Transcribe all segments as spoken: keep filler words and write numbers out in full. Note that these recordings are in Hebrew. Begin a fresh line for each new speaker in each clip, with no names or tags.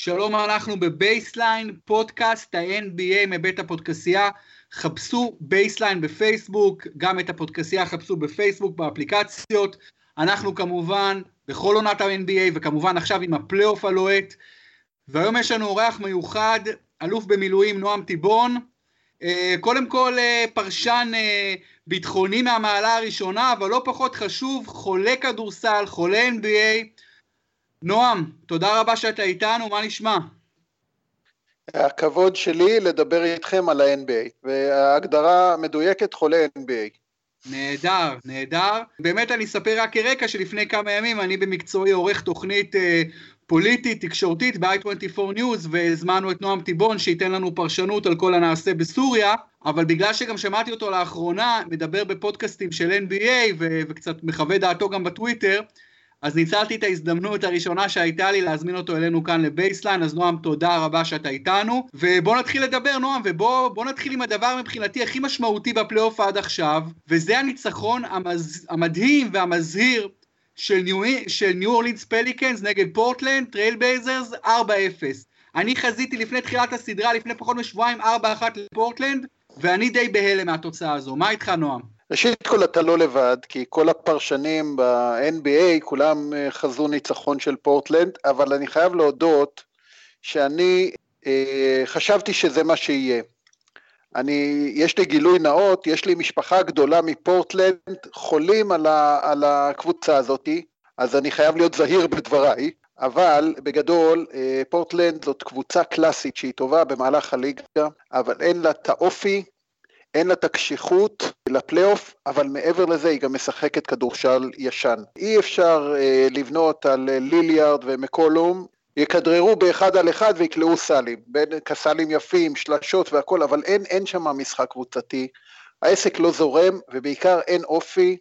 שלום, אנחנו בבייסליין, פודקאסט ה-אן בי איי מבית הפודקסייה. חפשו בייסליין בפייסבוק, גם את הפודקסייה חפשו בפייסבוק, באפליקציות. אנחנו כמובן בכל עונת ה-אן בי איי, וכמובן עכשיו עם הפלייאוף הלוהט. והיום יש לנו אורח מיוחד, אלוף במילואים נועם תיבון. קודם כל פרשן ביטחוני מהמעלה הראשונה, אבל לא פחות חשוב, חולה כדורסל, חולה אן בי איי. נועם, תודה רבה שאתה איתנו, מה נשמע?
הכבוד שלי לדבר איתכם על ה-אן בי איי, וההגדרה מדויקת חולה אן בי איי.
נהדר, נהדר. באמת אני אספר רק כרקע שלפני כמה ימים אני במקצועי עורך תוכנית אה, פוליטית, תקשורתית ב-איי עשרים וארבע News, והזמנו את נועם תיבון שייתן לנו פרשנות על כל הנעשה בסוריה, אבל בגלל שגם שמעתי אותו לאחרונה, מדבר בפודקאסטים של אן בי איי ו- וקצת מחווה דעתו גם בטוויטר, אז ניצלתי את ההזדמנות הראשונה שהייתה לי להזמין אותו אלינו כאן לבייסליין. אז נועם, תודה רבה שאתה איתנו, ובוא נתחיל לדבר נועם, ובוא נתחיל עם הדבר מבחינתי הכי משמעותי בפלייאוף עד עכשיו, וזה הניצחון המז... המדהים והמזהיר של ניו, של ניו אורלינס פליקנס נגד פורטלנד טרייל בלייזרס ארבע אפס. אני חזיתי לפני תחילת הסדרה, לפני פחות משבועיים, ארבע אחת לפורטלנד, ואני די בהלם מהתוצאה הזו. מה איתך נועם?
ראשית כל אתה לא לבד, כי כל הפרשנים ב-אן בי איי כולם חזו ניצחון של פורטלנד, אבל אני חייב להודות שאני אה, חשבתי שזה מה שיהיה. אני, יש לי גילוי נאות, יש לי משפחה גדולה מפורטלנד, חולים על, ה, על הקבוצה הזאת, אז אני חייב להיות זהיר בדבריי, אבל בגדול אה, פורטלנד זאת קבוצה קלאסית שהיא טובה במהלך הליגה, אבל אין לה את האופי, אין לה את הקשיחות לפלייאוף, אבל מעבר לזה היא גם משחקת כדורסל ישן. אי אפשר אה, לבנות על ליליארד ומקולום, יכדררו באחד על אחד ויקלעו סלים, בין כסלים יפים, שלשות והכל, אבל אין, אין שם משחק קבוצתי, העסק לא זורם ובעיקר אין אופי.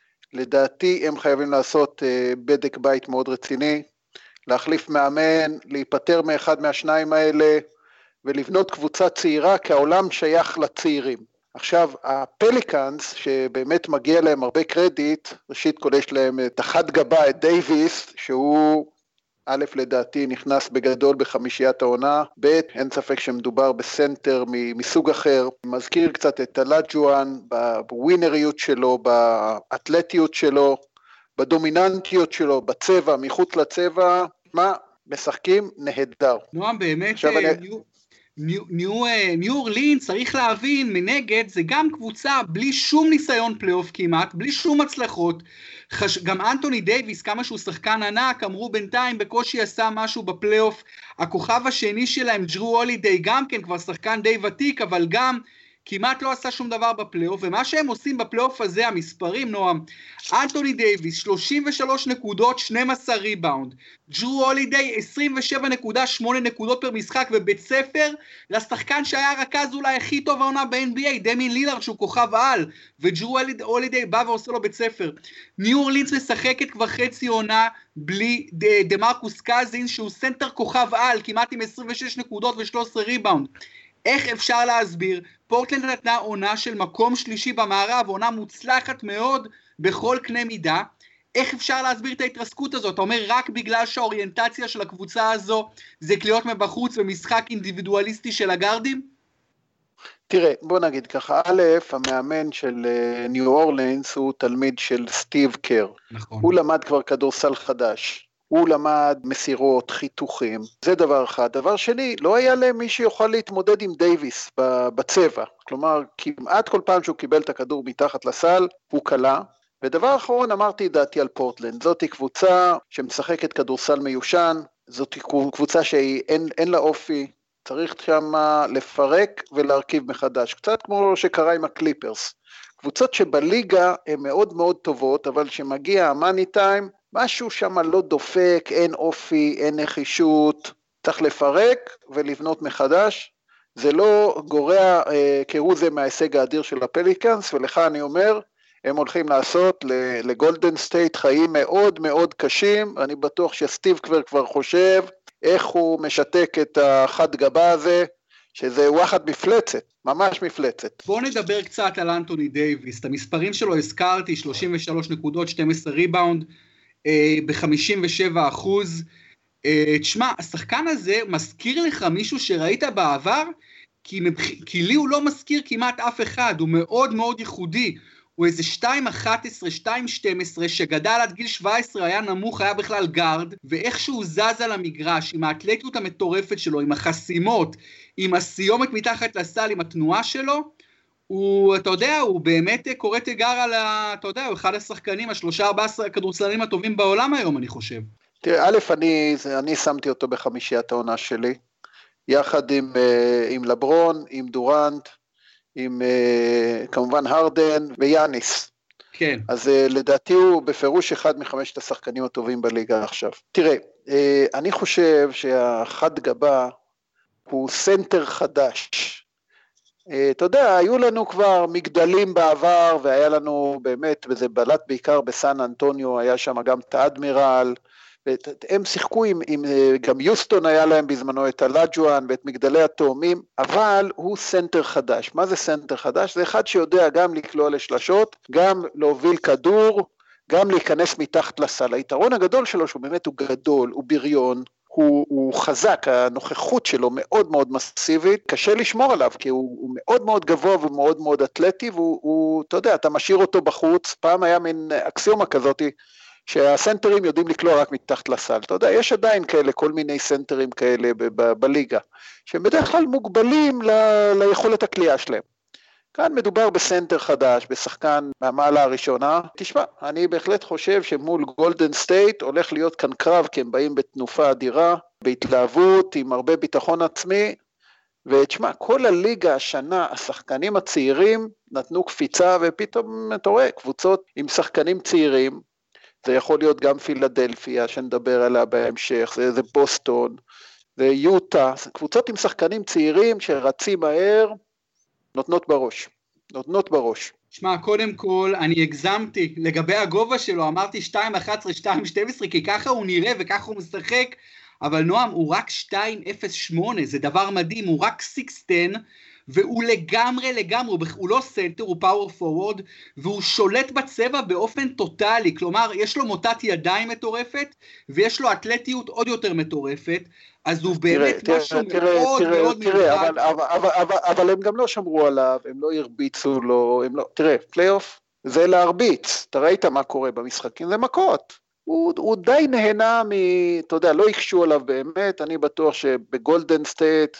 לדעתי הם חייבים לעשות אה, בדק בית מאוד רציני, להחליף מאמן, להיפטר מאחד מהשניים האלה, ולבנות קבוצה צעירה, כי העולם שייך לצעירים. עכשיו, הפליקנס, שבאמת מגיע להם הרבה קרדיט, ראשית כל יש להם את החד גבה, את דייביס, שהוא א' לדעתי נכנס בגדול בחמישיית העונה, ב' אין ספק שמדובר בסנטר מסוג אחר, מזכיר קצת את הלג'ואן, בווינריות שלו, באתלטיות שלו, בדומיננטיות שלו, בצבע, מחוץ לצבע, מה? משחקים נהדר.
נועם, באמת... ניו, ניו, ניו אורלינס, צריך להבין, מנגד זה גם קבוצה בלי שום ניסיון פלייאוף כמעט, בלי שום הצלחות. חש... גם אנטוני דייביס, כמה שהוא שחקן ענק, אמרו בינתיים בקושי עשה משהו בפלייאוף. הכוכב השני שלהם, ג'רו הולידיי, גם כן כבר שחקן די ותיק, אבל גם כמעט לא עשה שום דבר בפלייאוף, ומה שהם עושים בפלייאוף הזה, המספרים נועם, אנטוני דייביס, שלושים ושלוש נקודות, שנים עשר ריבאונד, ג'רו הולידיי, עשרים ושבע נקודה שמונה נקודות פר משחק, ובית ספר, לשחקן שהיה רכז אולי הכי טוב העונה ב-אן בי איי, דמיין לילארד, שהוא כוכב על, וג'רו הולידיי בא ועושה לו בית ספר. ניו אורלינס משחקת כבר חצי עונה, בלי דמרקוס קזינס, שהוא סנטר כוכב על, כמעט עם עשרים ושש נקודות ו-שלושה עשר ריבאונד. איך אפשר להסביר? פורטלנד נתנה עונה של מקום שלישי במערב, עונה מוצלחת מאוד בכל קנה מידה. איך אפשר להסביר את ההתרסקות הזאת? אתה אומר רק בגלל שהאוריינטציה של הקבוצה הזו זה קליעות מבחוץ ומשחק אינדיבידואליסטי של הגארדים?
תראה, בוא נגיד ככה, א', המאמן של ניו אורלינס הוא תלמיד של סטיב קר. נכון. הוא למד כבר כדורסל חדש. הוא למד מסירות, חיתוכים, זה דבר אחד. דבר שני, לא היה להם מי שיוכל להתמודד עם דייביס בצבע. כלומר, כמעט כל פעם שהוא קיבל את הכדור מתחת לסל, הוא קלה. ודבר אחרון, אמרתי דעתי על פורטלנד. זאת היא קבוצה שמשחקת כדורסל מיושן, זאת היא קבוצה שאין אין לה אופי, צריך שם לפרק ולהרכיב מחדש. קצת כמו שקרה עם הקליפרס. קבוצות שבליגה הן מאוד מאוד טובות, אבל שמגיע המאני טיים, משהו שם לא דופק, אין אופי, אין נחישות, צריך לפרק ולבנות מחדש. זה לא גורע אה, כרוזה מההישג האדיר של הפליקנס, ולך אני אומר, הם הולכים לעשות לגולדן סטייט חיים מאוד מאוד קשים, אני בטוח שסטיב קבר כבר חושב איך הוא משתק את החד גבה הזה, שזה וואחד מפלצת, ממש מפלצת.
בואו נדבר קצת על אנטוני דייביס, את המספרים שלו הזכרתי, שלושים ושלוש נקודות, שתים עשרה ריבאונד, ב-חמישים ושבע אחוז, תשמע, השחקן הזה מזכיר לך מישהו שראית בעבר, כי, מבח... כי לי הוא לא מזכיר כמעט אף אחד, הוא מאוד מאוד ייחודי, הוא איזה שתיים אחת עשרה, שתיים שתים עשרה, שגדל עד גיל שבע עשרה, היה נמוך, היה בכלל גארד, ואיך שהוא זז על המגרש, עם האתלטיות המטורפת שלו, עם החסימות, עם הסיומת מתחת לסל, עם התנועה שלו, הוא, אתה יודע, הוא באמת קורא תיגר על ה... אתה יודע, הוא אחד השחקנים, השלושה ארבעה הכדורסלנים הטובים בעולם היום, אני חושב.
תראה, א', אני, אני שמתי אותו בחמישיית העונה שלי, יחד עם, עם לברון, עם דורנט, עם כמובן הרדן ויאניס.
כן.
אז לדעתי הוא בפירוש אחד מחמשת השחקנים הטובים בליגה עכשיו. תראה, אני חושב שהחד גבה הוא סנטר חדש. אתה יודע, היו לנו כבר מגדלים בעבר, והיה לנו באמת, וזה בלט בעיקר בסן אנטוניו, היה שם גם את האדמירל, והם שיחקו עם, עם, גם יוסטון היה להם בזמנו את הלג'ואן ואת מגדלי התאומים, אבל הוא סנטר חדש. מה זה סנטר חדש? זה אחד שיודע גם לקלוע לשלשות, גם להוביל כדור, גם להיכנס מתחת לסל. היתרון הגדול שלו שהוא באמת הוא גדול, הוא בריון, הוא, הוא חזק, הנוכחות שלו מאוד מאוד מסיבית, קשה לשמור עליו, כי הוא, הוא מאוד מאוד גבוה והוא מאוד מאוד אתלטי, והוא, הוא, אתה יודע, אתה משאיר אותו בחוץ, פעם היה מין אקסיומה כזאת, שהסנטרים יודעים לקלוע רק מתחת לסל. אתה יודע, יש עדיין כאלה, כל מיני סנטרים כאלה ב- ב- בליגה, שהם בדרך כלל מוגבלים ל- ליכולת הקליעה שלהם. כאן מדובר בסנטר חדש, בשחקן מהמעלה הראשונה. תשמע, אני בהחלט חושב שמול גולדן סטייט הולך להיות כאן קרב, כי הם באים בתנופה אדירה, בהתלהבות, עם הרבה ביטחון עצמי, ותשמע, כל הליגה השנה, השחקנים הצעירים נתנו קפיצה, ופתאום אתה רואה, קבוצות עם שחקנים צעירים, זה יכול להיות גם פילדלפיה, שנדבר עליה בהמשך, זה, זה בוסטון, זה יוטה, זה קבוצות עם שחקנים צעירים שרצים מהר, נותנות בראש, נותנות בראש.
שמע, קודם כל, אני הגזמתי, לגבי הגובה שלו, אמרתי שתיים אחת עשרה, שתיים שתים עשרה, כי ככה הוא נראה וככה הוא משחק, אבל נועם, הוא רק שתיים אפס שמונה, זה דבר מדהים, הוא רק שש עשרה, והוא לגמרי לגמרי, הוא לא סנטר, הוא פאוור פורוורד, והוא שולט בצבע באופן טוטלי, כלומר, יש לו מוטת ידיים מטורפת, ויש לו אתלטיות עוד יותר מטורפת, אז הוא באמת משהו מאוד מאוד מיוחד.
אבל הם גם לא שמרו עליו, הם לא הרביצו לו, תראה, פלייאוף זה להרביץ, אתה ראית מה קורה במשחקים, זה מכות. הוא, הוא די נהנה מ... אתה יודע, לא יקשו עליו באמת, אני בטוח שבגולדן סטייט,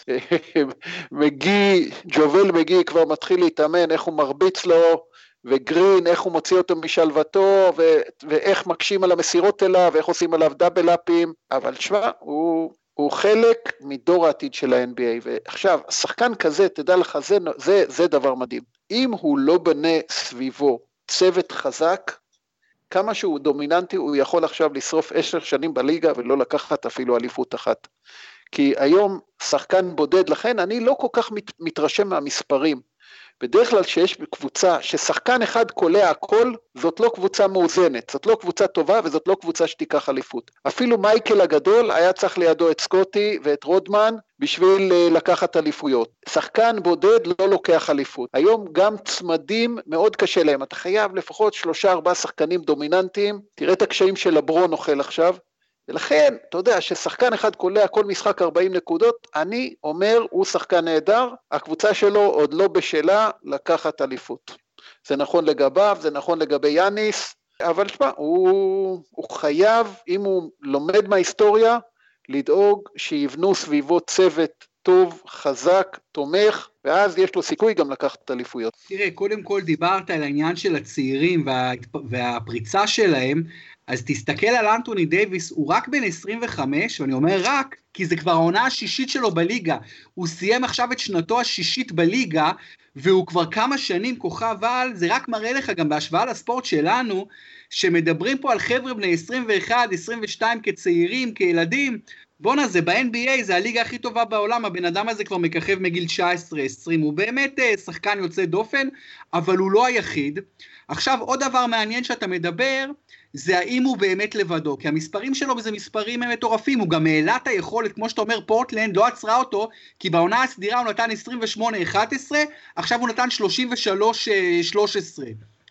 מגי, ג'ובל מגי כבר מתחיל להתאמן, איך הוא מרביץ לו, וגרין, איך הוא מוציא אותו משלוותו, ו... ואיך מקשים על המסירות אליו, ואיך עושים עליו דאבל אפים, אבל שמה, הוא... הוא חלק מדור העתיד של ה-אן בי איי, ועכשיו, שחקן כזה, תדע לך, זה, זה, זה דבר מדהים. אם הוא לא בנה סביבו צוות חזק, כמה שהוא דומיננטי, הוא יכול עכשיו לשרוף עשר שנים בליגה, ולא לקחת אפילו אליפות אחת. כי היום שחקן בודד, לכן אני לא כל כך מת, מתרשם מהמספרים. בדרך כלל שיש קבוצה ששחקן אחד קולע הכל, זאת לא קבוצה מאוזנת, זאת לא קבוצה טובה וזאת לא קבוצה שתיקח אליפות. אפילו מייקל הגדול היה צריך לידו את סקוטי ואת רודמן בשביל לקחת אליפויות. שחקן בודד לא לוקח אליפות. היום גם צמדים מאוד קשה להם, אתה חייב לפחות שלושה ארבעה שחקנים דומיננטיים, תראה את הקשיים של לברון אוכל עכשיו, ולכן, אתה יודע, ששחקן אחד קולע כל משחק ארבעים נקודות, אני אומר, הוא שחקן נהדר, הקבוצה שלו עוד לא בשלה לקחת אליפות. זה נכון לגביו, זה נכון לגבי יאניס, אבל שמה, הוא, הוא חייב, אם הוא לומד מההיסטוריה, לדאוג שיבנו סביבו צוות טוב, חזק, תומך, ואז יש לו סיכוי גם לקחת אליפויות.
תראה, קודם כל דיברת על העניין של הצעירים וה... והפריצה שלהם, אז תסתכל על אנטוני דייביס, הוא רק בן עשרים וחמש, ואני אומר רק, כי זה כבר העונה השישית שלו בליגה, הוא סיים עכשיו את שנתו השישית בליגה, והוא כבר כמה שנים כוכב על, זה רק מראה לך גם בהשוואה לספורט שלנו, שמדברים פה על חבר'ה בני עשרים ואחת, עשרים ושתיים כצעירים, כילדים, בונה, זה ב-אן בי איי, זה הליגה הכי טובה בעולם, הבן אדם הזה כבר מככב מגיל תשע עשרה עשרים, הוא באמת שחקן יוצא דופן, אבל הוא לא היחיד. עכשיו, עוד דבר מעניין שאתה מדבר, זה האם הוא באמת לבדו, כי המספרים שלו זה מספרים מטורפים, הוא גם העלה את היכולת, כמו שאתה אומר, פורטלנד לא עצרה אותו, כי בעונה הסדירה הוא נתן עשרים ושמונה אחת עשרה, עכשיו הוא נתן שלושים ושלוש שלוש עשרה.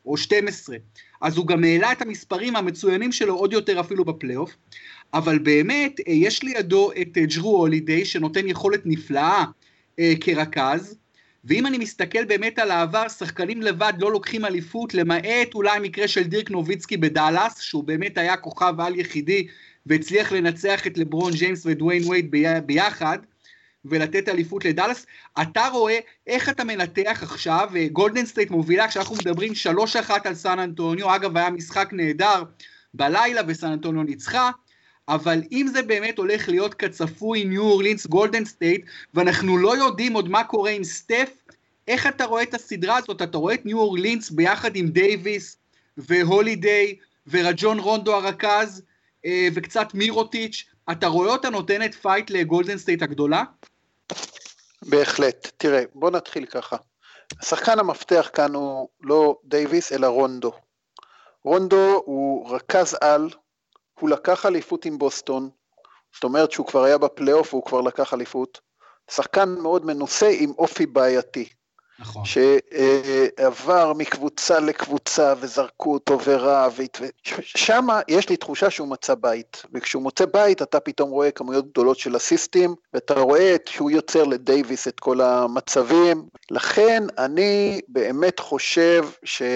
או שתים עשרה, אז הוא גם העלה את המספרים המצוינים שלו עוד יותר אפילו בפלייאוף, אבל באמת יש לידו את ג'רו הולידיי שנותן יכולת נפלאה אה, כרכז, ואם אני מסתכל באמת על העבר, שחקנים לבד לא לוקחים אליפות, למעט אולי מקרה של דירק נוביצקי בדלס, שהוא באמת היה כוכב על יחידי, והצליח לנצח את לברון ג'יימס ודוויין וייד ביחד, ולתת אליפות לדלס. אתה רואה איך אתה מנתח עכשיו, גולדן סטייט מובילה, כשאנחנו מדברים שלוש אחת על סן אנטוניו, אגב היה משחק נהדר בלילה וסן אנטוניו ניצחה, אבל אם זה באמת הולך להיות כצפוי ניו אורלינס גולדן סטייט, ואנחנו לא יודעים עוד מה קורה עם סטף, איך אתה רואה את הסדרה הזאת? אתה רואה את ניו אורלינס ביחד עם דייביס והולידיי ורג'ון רונדו הרכז וקצת מירוטיץ', אתה רואה אותה נותנת פייט לגולדן סטייט הגדולה?
בהחלט. תראה, בוא נתחיל ככה. השחקן המפתח כאן הוא לא דייביס אלא רונדו. רונדו הוא רכז על, הוא לקח אליפות עם בוסטון, זאת אומרת שהוא כבר היה בפלייאוף והוא כבר לקח אליפות, שחקן מאוד מנוסה עם אופי בעייתי,
נכון.
שעבר מקבוצה לקבוצה וזרקו אותו ורע, שם יש לי תחושה שהוא מצא בית, וכשהוא מוצא בית אתה פתאום רואה כמויות גדולות של אסיסטים, ואתה רואה שהוא יוצר לדייביס את כל המצבים, לכן אני באמת חושב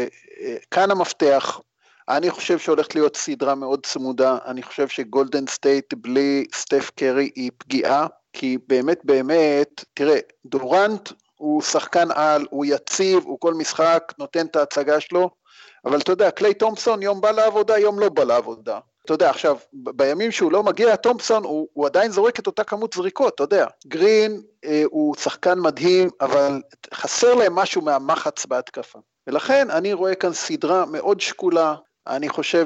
שכאן המפתח, אני חושב שהולכת להיות סדרה מאוד צמודה, אני חושב שגולדן סטייט בלי סטף קרי היא פגיעה, כי באמת באמת, תראה, דורנט הוא שחקן על, הוא יציב, הוא כל משחק נותן את ההצגה שלו, אבל אתה יודע, קליי תומפסון יום בא לעבודה, יום לא בא לעבודה. אתה יודע, עכשיו, בימים שהוא לא מגיע, תומפסון הוא, הוא עדיין זורק את אותה כמות זריקות, אתה יודע. גרין אה, הוא שחקן מדהים, אבל חסר להם משהו מהמחץ בהתקפה. ולכן אני רואה כאן סדרה מאוד שקולה, אני חושב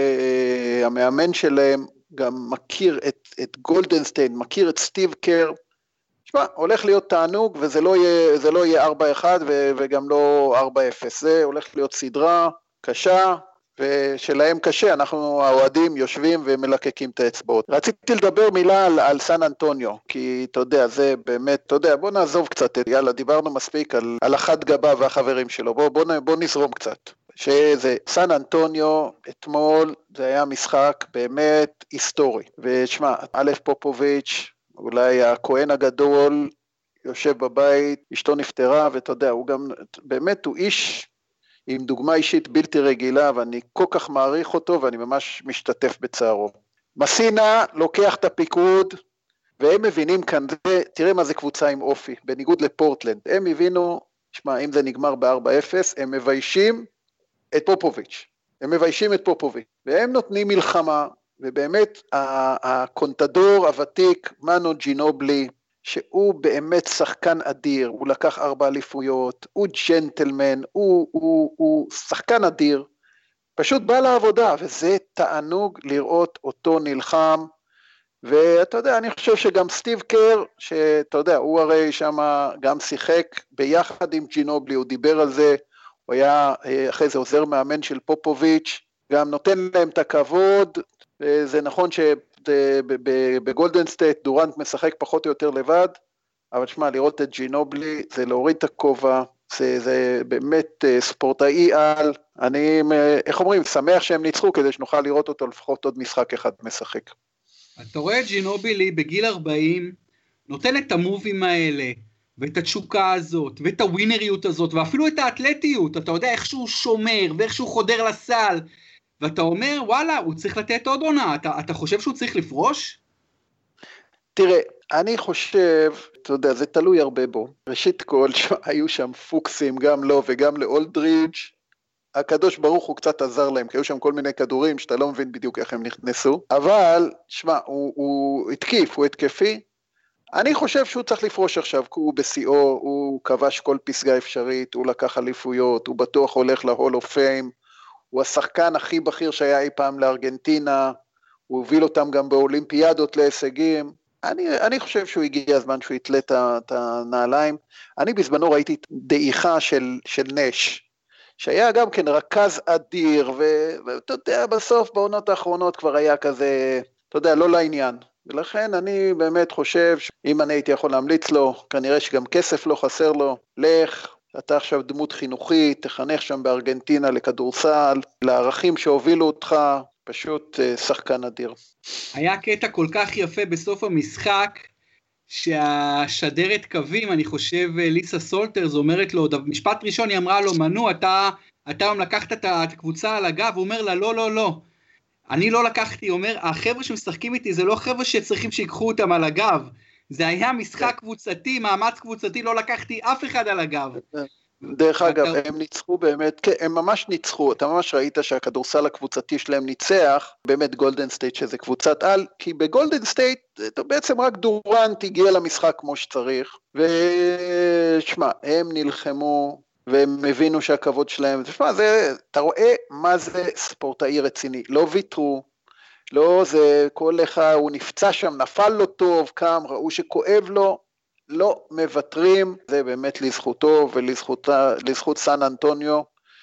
שהמאמן שלהם גם מכיר את, את גולדן סטייט, מכיר את סטיב קר, שמה, הולך להיות תענוג, וזה לא יהיה, זה לא יהיה ארבע אחת ו, וגם לא ארבע אפס, זה הולך להיות סדרה קשה, ושלהם קשה, אנחנו האוהדים יושבים ומלקקים את האצבעות. רציתי לדבר מילה על, על סן אנטוניו, כי אתה יודע, זה באמת, אתה יודע, בוא נעזוב קצת, יאללה, דיברנו מספיק על, על החד גבה והחברים שלו, בוא, בוא, בוא נזרום קצת. שזה סן אנטוניו, אתמול זה היה משחק באמת היסטורי, ושמע, א' פופוביץ', אולי הכהן הגדול, יושב בבית, אשתו נפטרה, ואתה יודע, הוא גם, באמת הוא איש עם דוגמה אישית בלתי רגילה, ואני כל כך מעריך אותו, ואני ממש משתתף בצערו. מסינה לוקח את הפיקוד, והם מבינים כאן, תראה מה זה קבוצה עם אופי, בניגוד לפורטלנד, הם הבינו, שמע, אם זה נגמר ב-ארבע אפס, הם מביישים את פופוביץ', הם מביישים את פופוביץ', והם נותנים מלחמה, ובאמת הקונטדור הוותיק, מנו ג'ינובלי, שהוא באמת שחקן אדיר, הוא לקח ארבע אליפויות, הוא ג'נטלמן, הוא, הוא, הוא שחקן אדיר, פשוט בא לעבודה, וזה תענוג לראות אותו נלחם, ואתה יודע, אני חושב שגם סטיב קר, שאתה יודע, הוא הרי שם גם שיחק ביחד עם ג'ינובלי, הוא דיבר על זה, הוא היה אחרי זה עוזר מאמן של פופוביץ', גם נותן להם את הכבוד, וזה נכון שבגולדן סטייט דורנט משחק פחות או יותר לבד, אבל שמע, לראות את ג'ינובלי זה להוריד את הכובע, זה, זה באמת ספורטאי על, אני, איך אומרים, שמח שהם ניצחו כדי שנוכל לראות אותו לפחות עוד משחק אחד משחק.
אתה רואה את ג'ינובלי בגיל ארבעים, נותן את המובים האלה, ואת התשוקה הזאת, ואת הווינריות הזאת, ואפילו את האתלטיות, אתה יודע איך שהוא שומר, ואיך שהוא חודר לסל, ואתה אומר, וואלה, הוא צריך לתת עוד עונה, אתה, אתה חושב שהוא צריך לפרוש?
תראה, אני חושב, אתה יודע, זה תלוי הרבה בו. ראשית כל, היו שם פוקסים, גם לו וגם לאולדריץ', הקדוש ברוך הוא קצת עזר להם, כי היו שם כל מיני כדורים, שאתה לא מבין בדיוק איך הם נכנסו, אבל, שמע, הוא, הוא התקיף, הוא התקפי, אני חושב שהוא צריך לפרוש עכשיו, כי הוא בשיאו, הוא כבש כל פסגה אפשרית, הוא לקח אליפויות, הוא בטוח הולך להול אוף פיים, הוא השחקן הכי בכיר שהיה אי פעם לארגנטינה, הוא הוביל אותם גם באולימפיאדות להישגים, אני, אני חושב שהוא הגיע הזמן שהוא יתלה את הנעליים, אני בזמנו ראיתי דעיכה של, של נש, שהיה גם כן רכז אדיר, ואתה יודע, בסוף בעונות האחרונות כבר היה כזה, אתה יודע, לא לעניין, ולכן אני באמת חושב שאם אני הייתי יכול להמליץ לו, כנראה שגם כסף לא חסר לו, לך, אתה עכשיו דמות חינוכית, תחנך שם בארגנטינה לכדורסל, לערכים שהובילו אותך, פשוט שחקן אדיר.
היה קטע כל כך יפה בסוף המשחק, שהשדרת קווים, אני חושב, ליסה סולטרס אומרת לו, משפט ראשון היא אמרה לו, מנו, אתה, אתה היום לקחת את הקבוצה על הגב, הוא אומר לה, לא, לא, לא, אני לא לקחתי, הוא אומר, החבר'ה שמשחקים איתי, זה לא חבר'ה שצריכים שיקחו אותם על הגב, זה היה משחק קבוצתי, מאמץ קבוצתי, לא לקחתי אף אחד על הגב.
דרך אגב, הם ניצחו באמת, כן, הם ממש ניצחו, אתה ממש ראית שהכדורסל הקבוצתי שלהם ניצח, באמת גולדן סטייט שזה קבוצת על, כי בגולדן סטייט בעצם רק דורנט הגיע למשחק כמו שצריך, ושמע, הם נלחמו, והם הבינו שהכבוד שלהם, ושמע, זה, אתה רואה מה זה ספורטאי רציני, לא ויתרו, לא, זה כל אחד, הוא נפצע שם, נפל לו טוב, קם, ראו שכואב לו, לא מוותרים, זה באמת לזכותו ולזכות סן אנטוניו,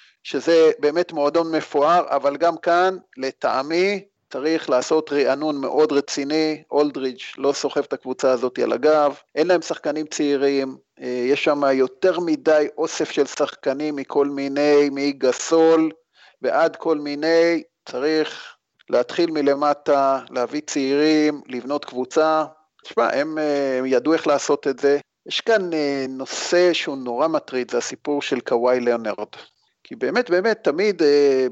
שזה באמת מועדון מפואר, אבל גם כאן, לטעמי, צריך לעשות רענון מאוד רציני, אולדריץ' לא סוחב את הקבוצה הזאת על הגב, אין להם שחקנים צעירים, יש שם יותר מדי אוסף של שחקנים מכל מיני, מגסול, ועד כל מיני, צריך להתחיל מלמטה, להביא צעירים, לבנות קבוצה, תשמע, הם, הם ידעו איך לעשות את זה. יש כאן נושא שהוא נורא מטריד, זה הסיפור של קוואי ליאונרד. כי באמת, באמת, תמיד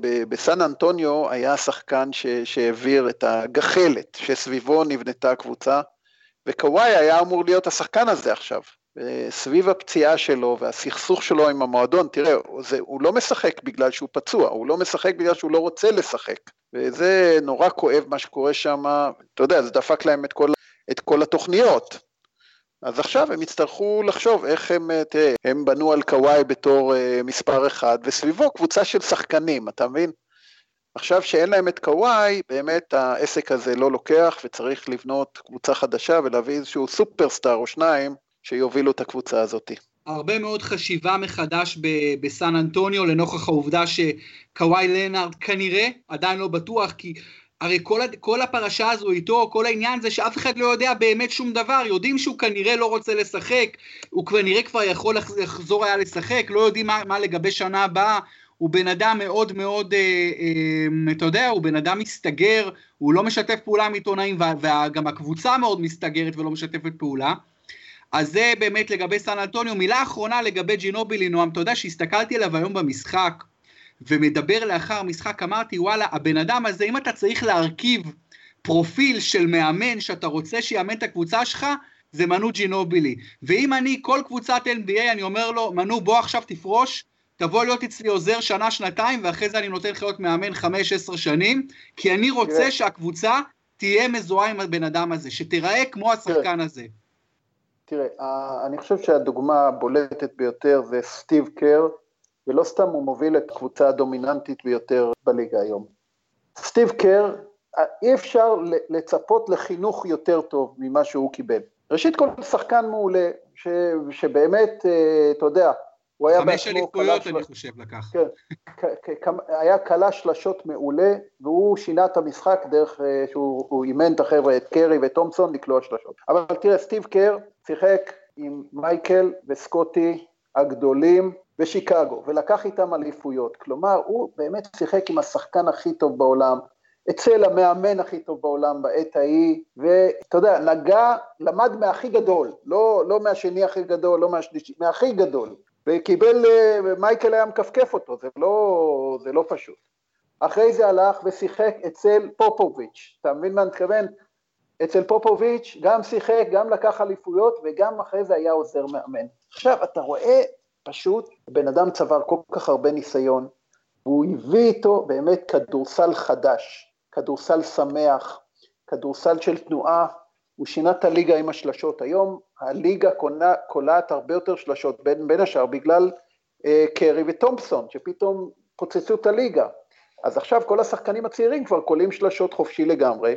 בסן אנטוניו היה שחקן ש, שהעביר את הגחלת, שסביבו נבנתה הקבוצה, וקוואי היה אמור להיות השחקן הזה עכשיו. סביב הפציעה שלו והסכסוך שלו עם המועדון, תראה, זה, הוא לא משחק בגלל שהוא פצוע, הוא לא משחק בגלל שהוא לא רוצה לשחק. וזה נורא כואב מה שקורה שם, אתה יודע, זה דפק להם את כל... את כל התוכניות. אז עכשיו הם יצטרכו לחשוב איך הם, תראה, הם בנו על קוואי בתור uh, מספר אחד, וסביבו קבוצה של שחקנים, אתה מבין? עכשיו שאין להם את קוואי, באמת העסק הזה לא לוקח, וצריך לבנות קבוצה חדשה, ולהביא איזשהו סופרסטאר או שניים, שיובילו את הקבוצה הזאת.
הרבה מאוד חשיבה מחדש ב- בסן אנטוניו, לנוכח העובדה שקוואי לנארד כנראה, עדיין לא בטוח, כי הרי כל, כל הפרשה הזו איתו, כל העניין זה שאף אחד לא יודע באמת שום דבר, יודעים שהוא כנראה לא רוצה לשחק, הוא כנראה כבר יכול לחזור היה לשחק, לא יודעים מה, מה לגבי שנה הבאה, הוא בן אדם מאוד מאוד, אה, אה, אתה יודע, הוא בן אדם מסתגר, הוא לא משתף פעולה עם עיתונאים, וגם הקבוצה מאוד מסתגרת ולא משתפת פעולה, אז זה באמת לגבי סן אנטוניו. מילה אחרונה לגבי ג'ינובילי, נועם, אתה יודע שהסתכלתי עליו היום במשחק, ומדבר לאחר משחק, אמרתי, וואלה, הבן אדם הזה, אם אתה צריך להרכיב פרופיל של מאמן שאתה רוצה שיאמן את הקבוצה שלך, זה מנו ג'ינובילי. ואם אני, כל קבוצת אן בי איי, אני אומר לו, מנו, בוא עכשיו תפרוש, תבוא להיות אצלי עוזר שנה, שנתיים, ואחרי זה אני נותן לך להיות מאמן חמש, עשר שנים, כי אני רוצה שהקבוצה תהיה מזוהה עם הבן אדם הזה, שתיראה כמו השחקן הזה.
תראה, אני חושב שהדוגמה הבולטת ביותר זה סטיב קר, ולא סתם הוא מוביל את הקבוצה הדומיננטית ביותר בליגה היום. סטיב קר, אי אפשר לצפות לחינוך יותר טוב ממה שהוא קיבל. ראשית כל שחקן מעולה, ש, שבאמת, אתה יודע, הוא היה
חמש אליפויות אני חושב לקח.
כן, היה קלה שלשות מעולה, והוא שינה את המשחק דרך שהוא אימן את החבר'ה, את קרי ואת תומפסון, לקלוע שלשות. אבל תראה, סטיב קר שיחק עם מייקל וסקוטי הגדולים, בשיקגו, ולקח איתם אליפויות, כלומר, הוא באמת שיחק עם השחקן הכי טוב בעולם, אצל המאמן הכי טוב בעולם בעת ההיא, ואתה יודע, נגע, למד מהכי גדול, לא, לא מהשני הכי גדול, לא מהשלישי, מהכי גדול, וקיבל, מייקל היה מקפקף אותו, זה לא, זה לא פשוט. אחרי זה הלך ושיחק אצל פופוביץ', אתה מבין מה אני מתכוון? אצל פופוביץ' גם שיחק, גם לקח אליפויות, וגם אחרי זה היה עוזר מאמן. עכשיו, אתה רואה, פשוט, בן אדם צבר כל כך הרבה ניסיון, והוא הביא איתו באמת כדורסל חדש, כדורסל שמח, כדורסל של תנועה, הוא שינה את הליגה עם השלשות, היום הליגה קולעת הרבה יותר שלשות, בין, בין השאר בגלל אה, קרי וטומפסון, שפתאום פוצצו את הליגה, אז עכשיו כל השחקנים הצעירים כבר קולים שלשות חופשי לגמרי,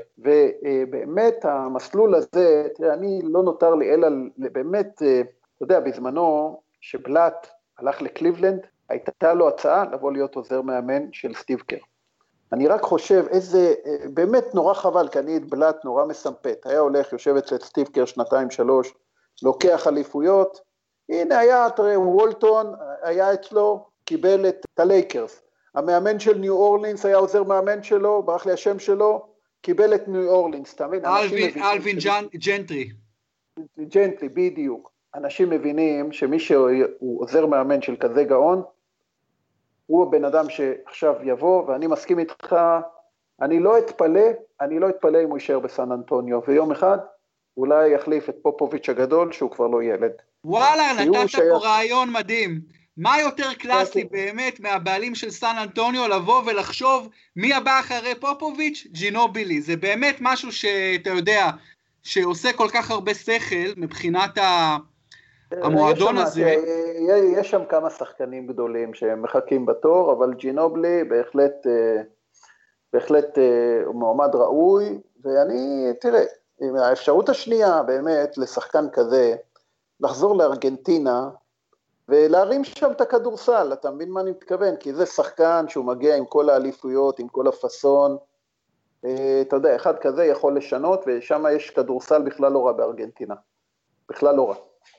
ובאמת המסלול הזה, תראה, אני לא נותר לי אלא, באמת, אתה יודע, בזמנו שבלט הלך לקליבלנד, הייתה לו הצעה לבוא להיות עוזר מאמן של סטיב קר. אני רק חושב איזה, באמת נורא חבל, כי אני את בלט נורא מסמפת, היה הולך, יושב אצל סטיב קר שנתיים שלוש, לוקח אליפויות, הנה היה, תראה, וולטון היה אצלו, קיבל את הלייקרס. המאמן של ניו אורלינס היה עוזר מאמן שלו, ברח לי השם שלו, קיבל את ניו אורלינס, אתה מבין?
אלווין ג'נטרי.
ג'נטרי, בדיוק. אנשים מבינים שמי שהוא עוזר מאמן של כזה גאון, הוא הבן אדם שעכשיו יבוא, ואני מסכים איתך, אני לא אתפלא, אני לא אתפלא אם הוא יישאר בסן אנטוניו, ויום אחד אולי יחליף את פופוביץ' הגדול, שהוא כבר לא ילד.
וואלה, נתת פה רעיון מדהים. מה יותר קלאסי באמת מהבעלים של סן אנטוניו לבוא ולחשוב מי הבא אחרי פופוביץ'? ג'ינובילי. זה באמת משהו שאתה יודע, שעושה כל כך הרבה שכל מבחינת המועדון הזה.
יש שם כמה שחקנים גדולים שמחכים בתור, אבל ג'ינובילי בהחלט, בהחלט מועמד ראוי, ואני, תראה, האפשרות השנייה באמת לשחקן כזה, לחזור לארגנטינה, ולהרים שם את הכדורסל, אתה מבין מה אני מתכוון? כי זה שחקן שהוא מגיע עם כל האליפויות, עם כל הפסון, אתה יודע, אחד כזה יכול לשנות, ושם יש כדורסל בכלל לא רע בארגנטינה, בכלל לא רע.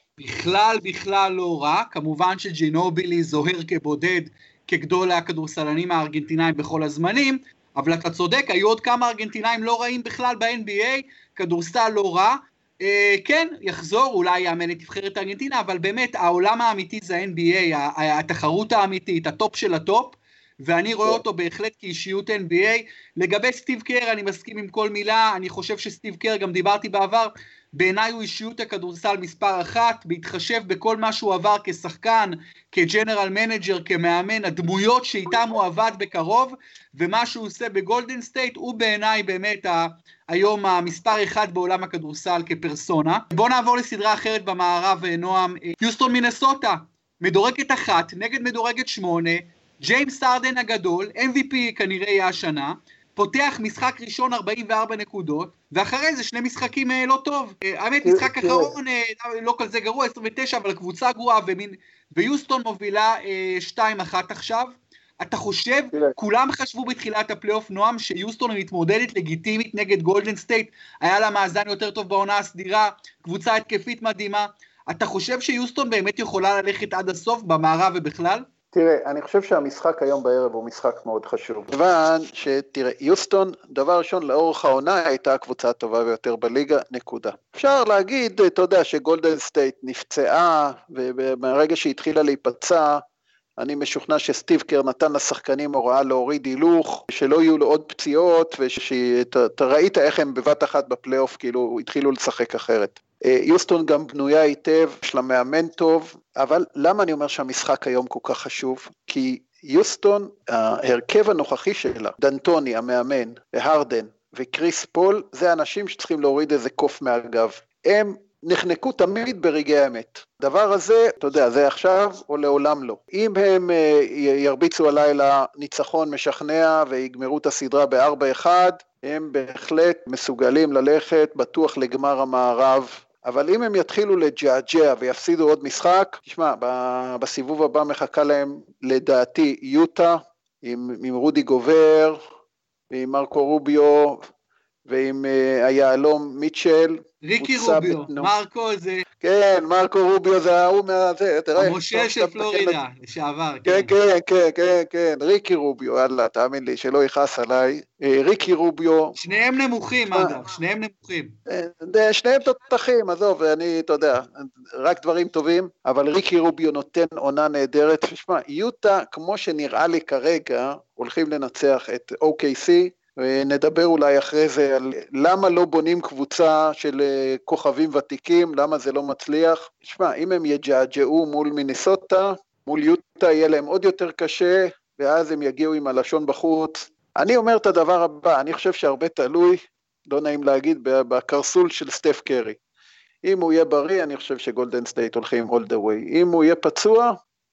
בכלל, בכלל לא רע, כמובן שג'ינובילי זוהר כבודד, כגדול הכדורסלנים הארגנטינאים בכל הזמנים, אבל אתה צודק, היו עוד כמה ארגנטינאים לא רעים בכלל ב-אן בי איי, כדורסל לא רע, Uh, כן, יחזור, אולי יאמן את נבחרת ארגנטינה, אבל באמת העולם האמיתי זה ה-אן בי איי, התחרות האמיתית, הטופ של הטופ, ואני רואה אותו בהחלט כאישיות אן בי איי. לגבי סטיב קר, אני מסכים עם כל מילה, אני חושב שסטיב קר, גם דיברתי בעבר, בעיניי הוא אישיות הכדורסל מספר אחת, בהתחשב בכל מה שהוא עבר כשחקן, כג'נרל מנג'ר, כמאמן, הדמויות שאיתם הוא עבד בקרוב, ומה שהוא עושה בגולדן סטייט, הוא בעיניי באמת ה... היום המספר אחד בעולם הכדורסל כפרסונה. בואו נעבור לסדרה אחרת במערב, נועם. יוסטון מינסוטה, מדורגת אחת, נגד מדורגת שמונה, ג'יימס הרדן הגדול, אם וי פי כנראה יהיה השנה, פותח משחק ראשון ארבעים וארבע נקודות, ואחרי זה שני משחקים לא טוב. האמת, משחק אחרון לא כזה גרוע, עשרים ותשע, אבל הקבוצה גרועה, ויוסטון מובילה שתיים אחת עכשיו. אתה חושב, כולם חשבו בתחילת הפלייאוף, נועם, שיוסטון מתמודדת לגיטימית נגד גולדן סטייט, היה לה מאזן יותר טוב בעונה הסדירה, קבוצה התקפית מדהימה, אתה חושב שיוסטון באמת יכולה ללכת עד הסוף במערב ובכלל?
תראה, אני חושב שהמשחק היום בערב הוא משחק מאוד חשוב. כיוון שתראה, יוסטון, דבר ראשון, לאורך העונה הייתה הקבוצה הטובה ביותר בליגה, נקודה. אפשר להגיד, אתה יודע, שגולדן סטייט נפצעה, ומהרגע שהתחילה להיפצע, אני משוכנע שסטיב קר נתן לשחקנים הוראה להוריד הילוך, שלא יהיו לו עוד פציעות, ואתה ראית איך הם בבת אחת בפלייאוף, כאילו התחילו לשחק אחרת. יוסטון גם בנויה היטב, יש לה מאמן טוב, אבל למה אני אומר שהמשחק היום כל כך חשוב? כי יוסטון, ההרכב הנוכחי שלה, דנטוני, המאמן, והרדן, וקריס פול, זה אנשים שצריכים להוריד איזה קוף מהגב. הם נחנקו תמיד ברגעי האמת. דבר הזה, אתה יודע, זה עכשיו או לעולם לא. אם הם ירביצו הלילה ניצחון משכנע ויגמרו את הסדרה ב-ארבע אחד, הם בהחלט מסוגלים ללכת בטוח לגמר המערב. אבל אם הם יתחילו לג'עג'ע ויפסידו עוד משחק, תשמע, בסיבוב הבא מחכה להם לדעתי יוטה, עם, עם רודי גובר, ועם מרקו רוביו, ועם uh, היעלום מיטשל.
ריקי רוביו, בתנו. מרקו זה...
כן, מרקו רוביו זה ההוא מהזה, תראה.
המושל של פלורידה, לשעבר.
כן, כן, כן, כן, כן, ריקי רוביו, יאללה, תאמין לי, שלא יכעס עליי. ריקי רוביו.
שניהם נמוכים, אגב, שניהם נמוכים.
שניהם תותחים, עזוב, אני, אתה יודע, רק דברים טובים, אבל ריקי רוביו נותן עונה נהדרת. תשמע, יוטה, כמו שנראה לי כרגע, הולכים לנצח את או קיי סי, ונדבר אולי אחרי זה על למה לא בונים קבוצה של כוכבים ותיקים, למה זה לא מצליח. תשמע, אם הם יג'עג'עו מול מינסוטה, מול יוטה יהיה להם עוד יותר קשה, ואז הם יגיעו עם הלשון בחוץ. אני אומר את הדבר הבא, אני חושב שהרבה תלוי, לא נעים להגיד, בקרסול של סטף קרי. אם הוא יהיה בריא, אני חושב שגולדן סטייט הולכים all the way. אם הוא יהיה פצוע,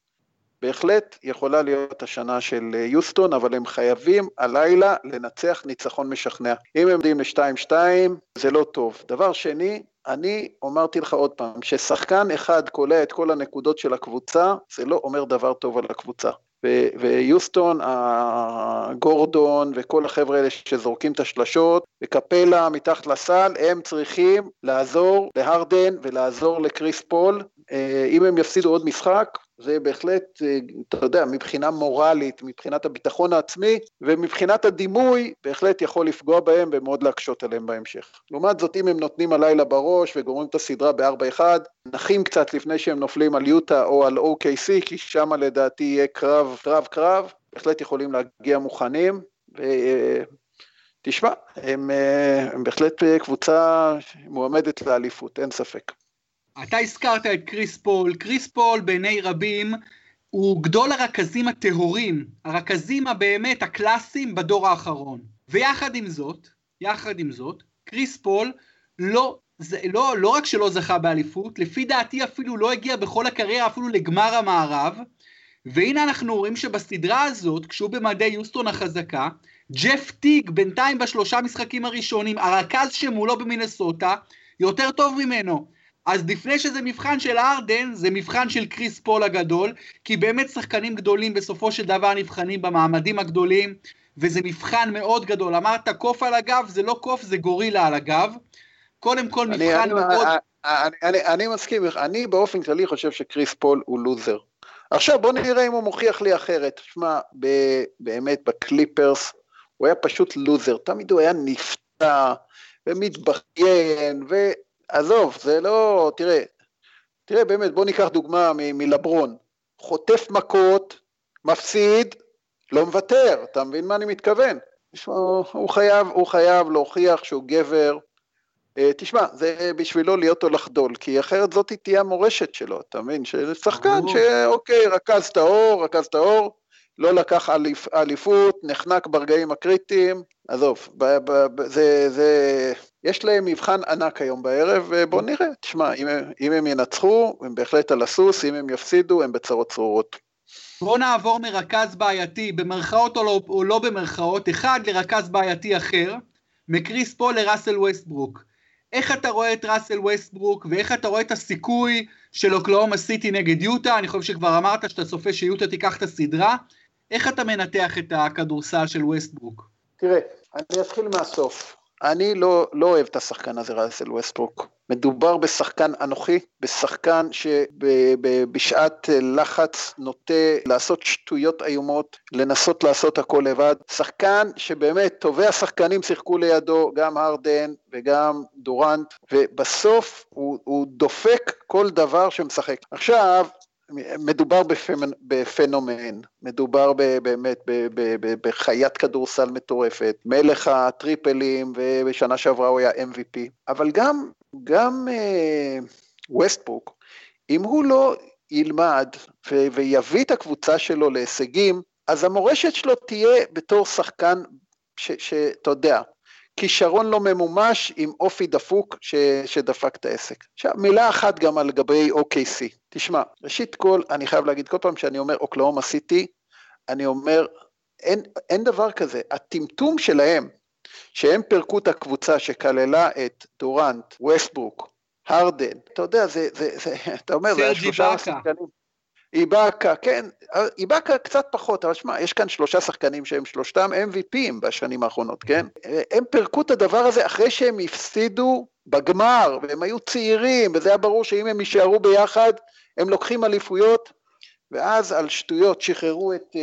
בהחלט יכולה להיות השנה של יוסטון, אבל הם חייבים הלילה לנצח ניצחון משכנע. אם הם יודעים ל-שתיים שתיים, זה לא טוב. דבר שני, אני אמרתי לך עוד פעם, ששחקן אחד קולע את כל הנקודות של הקבוצה, זה לא אומר דבר טוב על הקבוצה. ו- ויוסטון, הגורדון וכל החבר'ה האלה שזורקים את השלשות, וקפלה מתחת לסל, הם צריכים לעזור להרדן ולעזור לקריס פול, אם הם יפסידו עוד משחק, זה בהחלט, אתה יודע, מבחינה מורלית, מבחינת הביטחון העצמי, ומבחינת הדימוי, בהחלט יכול לפגוע בהם ומאוד להקשות עליהם בהמשך. לעומת זאת, אם הם נותנים הלילה בראש וגומרים את הסדרה ב-ארבע אחד, נחים קצת לפני שהם נופלים על יוטה או על או קיי סי, כי שם לדעתי יהיה קרב, קרב, קרב, בהחלט יכולים להגיע מוכנים, ותשמע, הם, הם בהחלט קבוצה מועמדת לאליפות, אין ספק.
אתה הזכרת את קריס פול, קריס פול בעיני רבים הוא גדול הרכזים הטהורים, הרכזים הבאמת הקלאסיים בדור האחרון. ויחד עם זאת, יחד עם זאת, קריס פול לא, זה, לא, לא רק שלא זכה באליפות, לפי דעתי אפילו לא הגיע בכל הקריירה אפילו לגמר המערב, והנה אנחנו רואים שבסדרה הזאת, כשהוא במדי יוסטון החזקה, ג'ף טיג בינתיים בשלושה משחקים הראשונים, הרכז שמולו במינסוטה, יותר טוב ממנו. אז לפני שזה מבחן של ארדן, זה מבחן של קריס פול הגדול, כי באמת שחקנים גדולים בסופו של דבר נבחנים במעמדים הגדולים, וזה מבחן מאוד גדול. אמרת קוף על הגב, זה לא קוף, זה גורילה על הגב. קודם כל מבחן
אני,
מאוד...
אני, אני, אני, אני מסכים, אני באופן כללי חושב שקריס פול הוא לוזר. עכשיו בוא נראה אם הוא מוכיח לי אחרת. תשמע, באמת בקליפרס, הוא היה פשוט לוזר, תמיד הוא היה נפתע, ומתבכיין, ו... עזוב, זה לא, תראה, תראה באמת, בוא ניקח דוגמה מ- מלברון, חוטף מכות, מפסיד, לא מוותר, אתה מבין מה אני מתכוון? תשמע, הוא חייב, הוא חייב להוכיח שהוא גבר, תשמע, זה בשבילו להיות או לחדול, כי אחרת זאת תהיה המורשת שלו, אתה מבין? ששחקן שאוקיי, רכז את האור, רכז את האור, לא לקח אליפ, אליפות, נחנק ברגעים הקריטיים, עזוב, ב, ב, ב, זה, זה, יש להם מבחן ענק היום בערב, ובוא נראה, תשמע, אם, אם הם ינצחו, הם בהחלט על הסוס, אם הם יפסידו, הם בצרות צרורות.
בוא נעבור מרכז בעייתי, במרכאות או לא, או לא במרכאות, אחד לרכז בעייתי אחר, מקריס פול לראסל ווסטברוק. איך אתה רואה את ראסל ווסטברוק, ואיך אתה רואה את הסיכוי של אוקלאומה סיטי נגד יוטה? אני חושב שכבר אמרת שאתה צופה שיוטה תיקח את הסדרה, איך אתה מנתח את הכדורסל של ווסטברוק?
תראה, אני אתחיל מהסוף. אני לא, לא אוהב את השחקן הזה, ראסל ווסטברוק. מדובר בשחקן אנוכי, בשחקן שבשעת לחץ נוטה לעשות שטויות איומות, לנסות לעשות הכל לבד. שחקן שבאמת טובי השחקנים שיחקו לידו, גם הרדן וגם דורנט, ובסוף הוא, הוא דופק כל דבר שמשחק. עכשיו, מדובר בפנומן, מדובר באמת בחיית כדורסל מטורפת, מלך הטריפלים, ובשנה שעברה הוא היה אם וי פי, אבל גם, גם ווסטברוק, אם הוא לא ילמד ויביא את הקבוצה שלו להישגים, אז המורשת שלו תהיה בתור שחקן שאתה יודע, כישרון לא ממומש עם אופי דפוק ש, שדפק את העסק. עכשיו, מילה אחת גם על גבי או קיי סי. תשמע, ראשית כל, אני חייב להגיד כל פעם שאני אומר אוקלאומה סיטי, אני אומר, אין, אין דבר כזה. הטמטום שלהם, שהם פרקו את הקבוצה שכללה את דורנט, ווסטברוק, הרדן, אתה יודע, זה, זה, זה, אתה אומר, זה שלושה שחקנים. איבאקה, כן, איבאקה קצת פחות, אבל שמה, יש כאן שלושה שחקנים שהם שלושתם אם וי פי'ים בשנים האחרונות, כן? הם פרקו את הדבר הזה אחרי שהם הפסידו בגמר, והם היו צעירים, וזה היה ברור שאם הם יישארו ביחד, הם לוקחים אליפויות, ואז על שטויות שחררו את,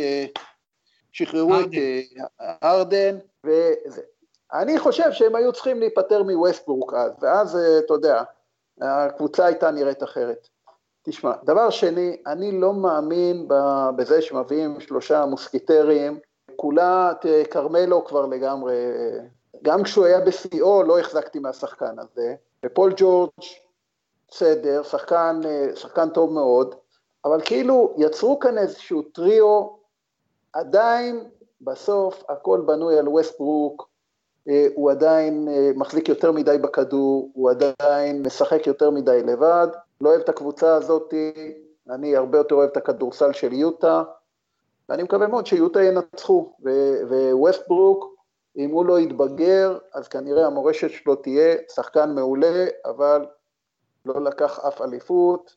שחררו ארדן. את ארדן, וזה. אני חושב שהם היו צריכים להיפטר מווסטברוק אז, ואז, אתה יודע, הקבוצה הייתה נראית אחרת. תשמע, דבר שני, אני לא מאמין בזה שמביאים שלושה מוסקיטרים, כולה, קרמלו כבר לגמרי, גם כשהוא היה בסיאו לא החזקתי מהשחקן הזה, ופול ג'ורג' בסדר, שחקן, שחקן טוב מאוד, אבל כאילו יצרו כאן איזשהו טריו, עדיין בסוף הכל בנוי על ווסטברוק, הוא עדיין מחזיק יותר מדי בכדור, הוא עדיין משחק יותר מדי לבד, לא אוהב את הקבוצה הזאת, אני הרבה יותר אוהב את הכדורסל של יוטה, ואני מקווה מאוד שיוטה ינצחו, וווסטברוק, אם הוא לא יתבגר, אז כנראה המורשת שלו תהיה שחקן מעולה, אבל לא לקח אף אליפות,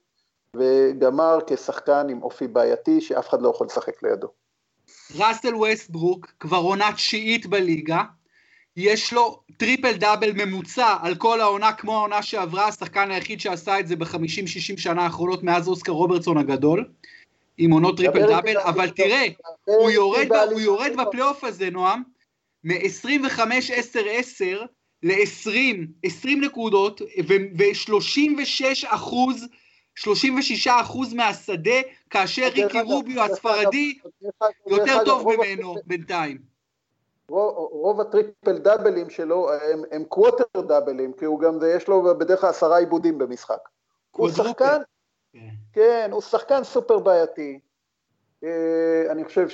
וגמר כשחקן עם אופי בעייתי, שאף אחד לא יכול לשחק לידו.
ראסל ווסטברוק כבר עונה תשיעית בליגה, יש לו טריפל דאבל ממוצע על כל העונה, כמו העונה שעברה, השחקן היחיד שעשה את זה ב-חמישים שישים שנה האחרונות מאז אוסקר רוברטסון הגדול, עם עונות טריפל דאבל, אבל תראה, הוא יורד, הוא יורד בפלייאוף הזה, נועם, מ-עשרים וחמש עשר עשר ל-עשרים, עשרים נקודות, ו-שלושים ושש אחוז, שלושים ושישה אחוז מהשדה, כאשר ריקי רוביו הספרדי יותר טוב ממנו בינתיים.
רוב הטריפל דאבלים שלו הם, הם קווטר דאבלים, כי הוא גם, יש לו בדרך כלל עשרה עיבודים במשחק. הוא שחקן, כן, הוא שחקן סופר בעייתי. אני חושב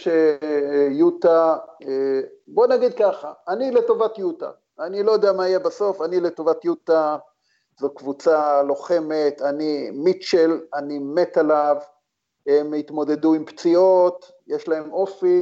שיוטה, בוא נגיד ככה, אני לטובת יוטה, אני לא יודע מה יהיה בסוף, אני לטובת יוטה, זו קבוצה לוחמת, אני מיטשל, אני מת עליו, הם התמודדו עם פציעות, יש להם אופי,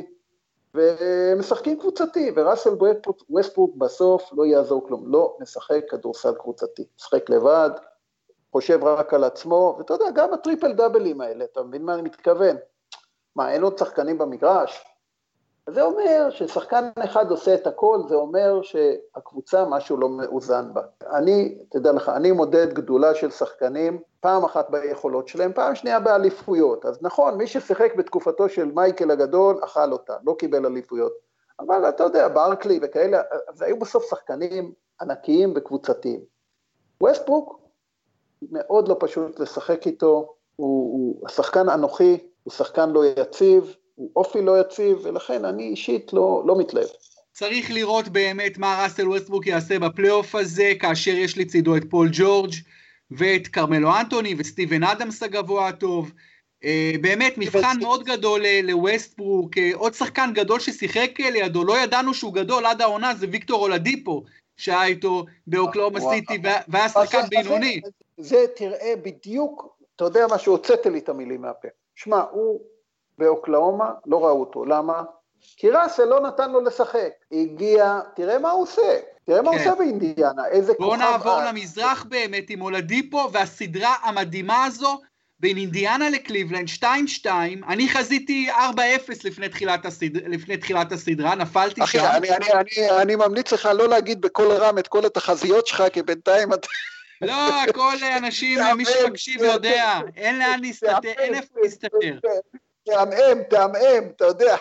ומשחקים קבוצתי, וראסל ווסטברוק בסוף לא יעזור כלום, לא משחק כדורסל קבוצתי, משחק לבד, חושב רק על עצמו, ואתה יודע, גם הטריפל דאבלים האלה, אתה מבין מה אני מתכוון? מה, אין עוד שחקנים במגרש? זה אומר ששחקן אחד עושה את הכל, זה אומר שהקבוצה משהו לא מאוזן בה. אני, תדע לך, אני מודד גדולה של שחקנים, פעם אחת ביכולות שלהם, פעם שנייה באליפויות. אז נכון, מי ששיחק בתקופתו של מייקל הגדול, אכל אותה, לא קיבל אליפויות. אבל אתה יודע, בארקלי וכאלה, אז היו בסוף שחקנים ענקיים וקבוצתיים. ווסטברוק, מאוד לא פשוט לשחק איתו, הוא, הוא השחקן אנוכי, הוא שחקן לא יציב, הוא אופי לא יציב, ולכן אני אישית לא, לא מתלהב.
צריך לראות באמת מה ראסל ווסטברוק יעשה בפלייאוף הזה, כאשר יש לצידו את פול ג'ורג' ואת קרמלו אנטוני וסטיבן אדמס הגבוה הטוב. באמת מבחן מאוד גדול לווסטברוק, עוד שחקן גדול ששיחק לידו, לא ידענו שהוא גדול עד העונה, זה ויקטור אולדיפו, שהיה איתו באוקלאומה סיטי, והיה שחקן בינוני.
זה תראה בדיוק, אתה יודע מה שהוצאת לי את המילים מהפה. שמע, הוא באוקלאומה, לא ראו אותו, למה? כי ראסל לא נתן לו לשחק, הגיע, תראה מה הוא עושה, תראה מה הוא עושה באינדיאנה, איזה כוכב.
בואו נעבור למזרח באמת עם אולדיפו, והסדרה המדהימה הזו, בין אינדיאנה לקליבלנד, שתיים שתיים, אני חזיתי ארבע אפס לפני תחילת הסדרה, לפני תחילת הסדרה, נפלתי
אחי,
שם.
אחי, אני, אני, אני, אני ממליץ לך לא להגיד בכל רם את כל התחזיות שלך, כי בינתיים אתה...
לא, כל אנשים, מי שמקשיב יודע, אין לאן להסתתר, אין איפה להסתתר.
תעמם, תעמם, אתה יודע.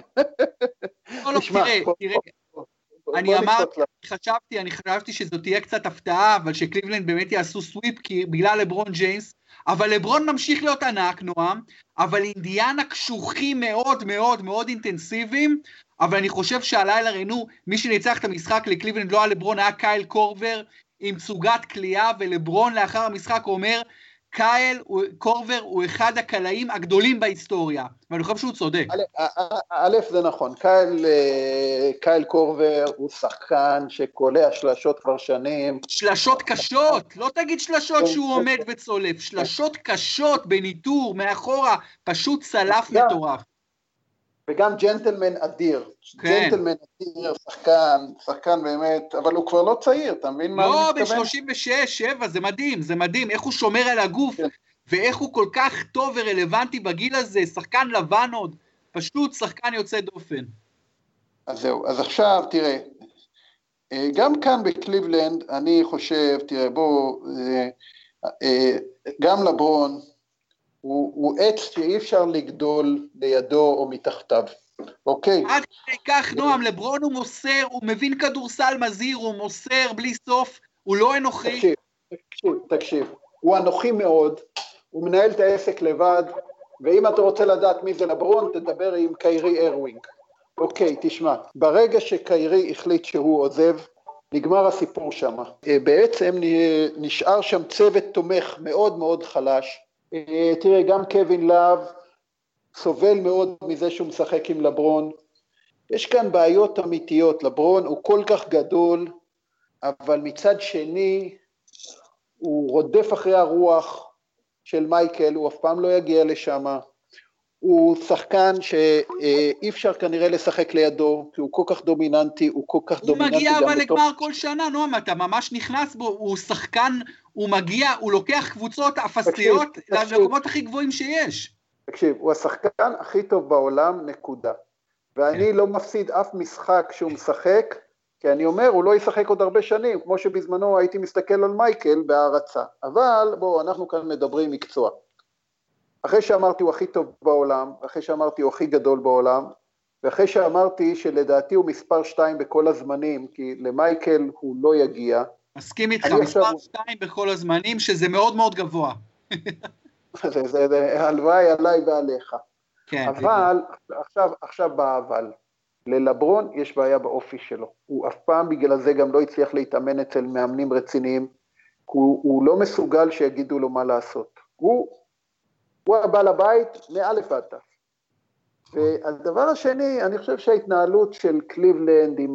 לא, לא, תראה, תראה. אני אמרתי, חשבתי, אני חשבתי שזו תהיה קצת הפתעה, אבל שקליבלנד באמת יעשו סוויפ, כי בגלל לברון ג'יימס, אבל לברון ממשיך להיות ענק, נועם, אבל אינדיאנה קשוחים מאוד מאוד מאוד אינטנסיביים, אבל אני חושב שהלילה ראינו, מי שניצח את המשחק לקליבלנד לא היה לברון, היה קייל קורבר, עם צוגת קליעה, ולברון לאחר המשחק אומר, קייל קורבר הוא אחד הקלעים הגדולים בהיסטוריה, ואני חושב שהוא צודק.
א', זה נכון, קייל, קייל קורבר הוא שחקן שקולע שלשות כבר שנים.
שלשות קשות, לא תגיד שלשות שהוא עומד וצולף, שלשות קשות בניטור, מאחורה, פשוט צלף מטורף.
וגם ג'נטלמן אדיר, כן. ג'נטלמן אדיר, שחקן, שחקן באמת, אבל הוא כבר לא צעיר, אתה מבין מה
לא,
אני מתכוון?
לא, ב-שלושים ושש, שבע, זה מדהים, זה מדהים, איך הוא שומר על הגוף, כן. ואיך הוא כל כך טוב ורלוונטי בגיל הזה, שחקן לבן עוד, פשוט שחקן יוצא דופן.
אז זהו, אז עכשיו, תראה, גם כאן בקליבלנד, אני חושב, תראה, בוא, גם לברון, הוא, הוא עץ שאי אפשר לגדול לידו או מתחתיו, אוקיי?
עד כדי כך, נועם, לברון הוא מוסר, הוא מבין כדורסל מזהיר, הוא מוסר בלי סוף, הוא לא אנוכי.
תקשיב, תקשיב, תקשיב, הוא אנוכי מאוד, הוא מנהל את העסק לבד, ואם אתה רוצה לדעת מי זה לברון, תדבר עם קיירי ארווינג. אוקיי, תשמע, ברגע שקיירי החליט שהוא עוזב, נגמר הסיפור שם. בעצם נשאר שם צוות תומך מאוד מאוד חלש, תראה, גם קווין לאב סובל מאוד מזה שהוא משחק עם לברון. יש כאן בעיות אמיתיות. לברון הוא כל כך גדול, אבל מצד שני, הוא רודף אחרי הרוח של מייקל, הוא אף פעם לא יגיע לשם. הוא שחקן שאי אפשר כנראה לשחק לידו, כי הוא כל כך דומיננטי, הוא כל כך
הוא
דומיננטי.
הוא מגיע אבל לגמר כל שנה, נועם, אתה ממש נכנס בו, הוא שחקן, הוא מגיע, הוא לוקח קבוצות אפסיות למקומות הכי גבוהים שיש.
תקשיב, הוא השחקן הכי טוב בעולם, נקודה. ואני לא מפסיד אף משחק שהוא משחק, כי אני אומר, הוא לא ישחק עוד הרבה שנים, כמו שבזמנו הייתי מסתכל על מייקל בהערצה. אבל בואו, אנחנו כאן מדברים מקצוע. אחרי שאמרתי הוא הכי טוב בעולם, אחרי שאמרתי הוא הכי גדול בעולם, ואחרי שאמרתי שלדעתי הוא מספר שתיים בכל הזמנים, כי למייקל הוא לא יגיע.
מסכים איתך, מספר עכשיו... שתיים בכל הזמנים, שזה מאוד מאוד גבוה.
זה, זה, זה הלוואי עליי ועליך.
כן,
אבל, עכשיו, עכשיו באבל. ללברון יש בעיה באופי שלו. הוא אף פעם בגלל זה גם לא הצליח להתאמן אצל מאמנים רציניים, הוא, הוא לא מסוגל שיגידו לו מה לעשות. הוא, הוא הבא לבית מאלף ועד תף. והדבר השני, אני חושב שההתנהלות של קליבלנד עם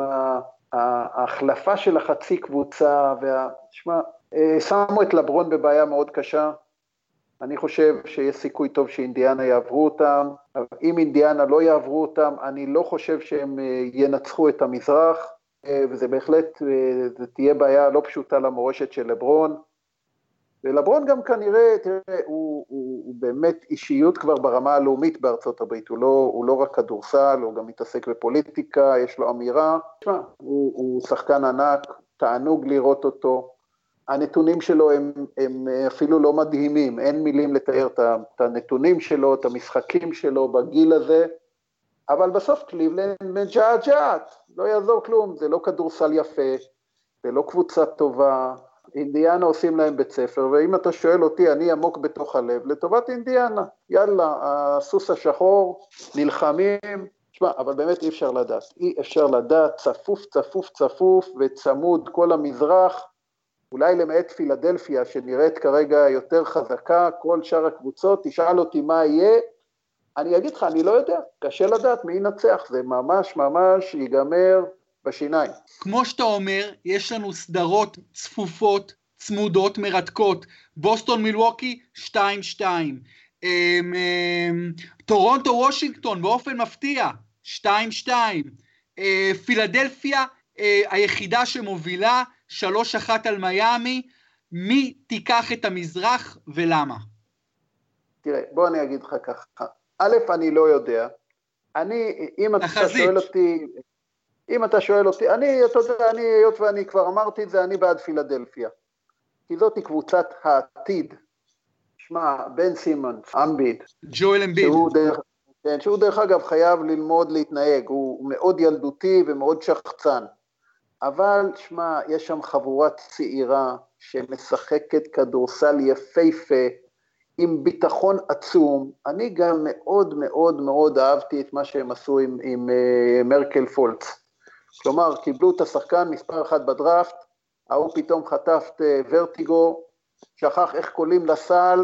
ההחלפה של החצי קבוצה, וה, שמה, שמו את לברון בבעיה מאוד קשה. אני חושב שיש סיכוי טוב שאינדיאנה יעברו אותם, אם אינדיאנה לא יעברו אותם, אני לא חושב שהם ינצחו את המזרח, וזה בהחלט, זה תהיה בעיה לא פשוטה למורשת של לברון, ולברון גם כנראה, תראה, הוא, הוא, הוא באמת אישיות כבר ברמה הלאומית בארצות הברית, הוא לא, הוא לא רק כדורסל, הוא גם מתעסק בפוליטיקה, יש לו אמירה, תשמע, הוא, הוא שחקן ענק, תענוג לראות אותו, הנתונים שלו הם, הם אפילו לא מדהימים, אין מילים לתאר את הנתונים שלו, את המשחקים שלו בגיל הזה, אבל בסוף קליבלנד מג'עג'עת, לא יעזור כלום, זה לא כדורסל יפה, זה לא קבוצה טובה, אינדיאנה עושים להם בית ספר, ואם אתה שואל אותי, אני עמוק בתוך הלב, לטובת אינדיאנה, יאללה, הסוס השחור, נלחמים, תשמע, אבל באמת אי אפשר לדעת, אי אפשר לדעת, צפוף, צפוף, צפוף, וצמוד כל המזרח, אולי למעט פילדלפיה, שנראית כרגע יותר חזקה, כל שאר הקבוצות, תשאל אותי מה יהיה, אני אגיד לך, אני לא יודע, קשה לדעת מי ינצח, זה ממש ממש ייגמר בשיניים.
כמו שאתה אומר, יש לנו סדרות צפופות, צמודות, מרתקות, בוסטון מילווקי, שתיים שתיים, טורונטו וושינגטון, באופן מפתיע, שתיים שתיים, פילדלפיה, היחידה שמובילה, שלוש אחת על מיימי, מי תיקח את המזרח ולמה?
תראה, בוא אני אגיד לך ככה, א', אני לא יודע, אני, אם אתה שואל אותי, אם אתה שואל אותי, אני, אתה יודע, אני, היות ואני כבר אמרתי את זה, אני בעד פילדלפיה, כי זאת היא קבוצת העתיד, שמע, בן סימונס, אמביד,
ג'ואל אמביד,
שהוא דרך, כן, שהוא דרך אגב חייב ללמוד להתנהג, הוא מאוד ילדותי ומאוד שחצן, אבל, שמע, יש שם חבורה צעירה שמשחקת כדורסל יפהפה, עם ביטחון עצום. אני גם מאוד מאוד מאוד אהבתי את מה שהם עשו עם, עם uh, מרקל פולץ. כלומר, קיבלו את השחקן מספר אחד בדראפט, ההוא פתאום חטף uh, ורטיגו, שכח איך קולים לסל,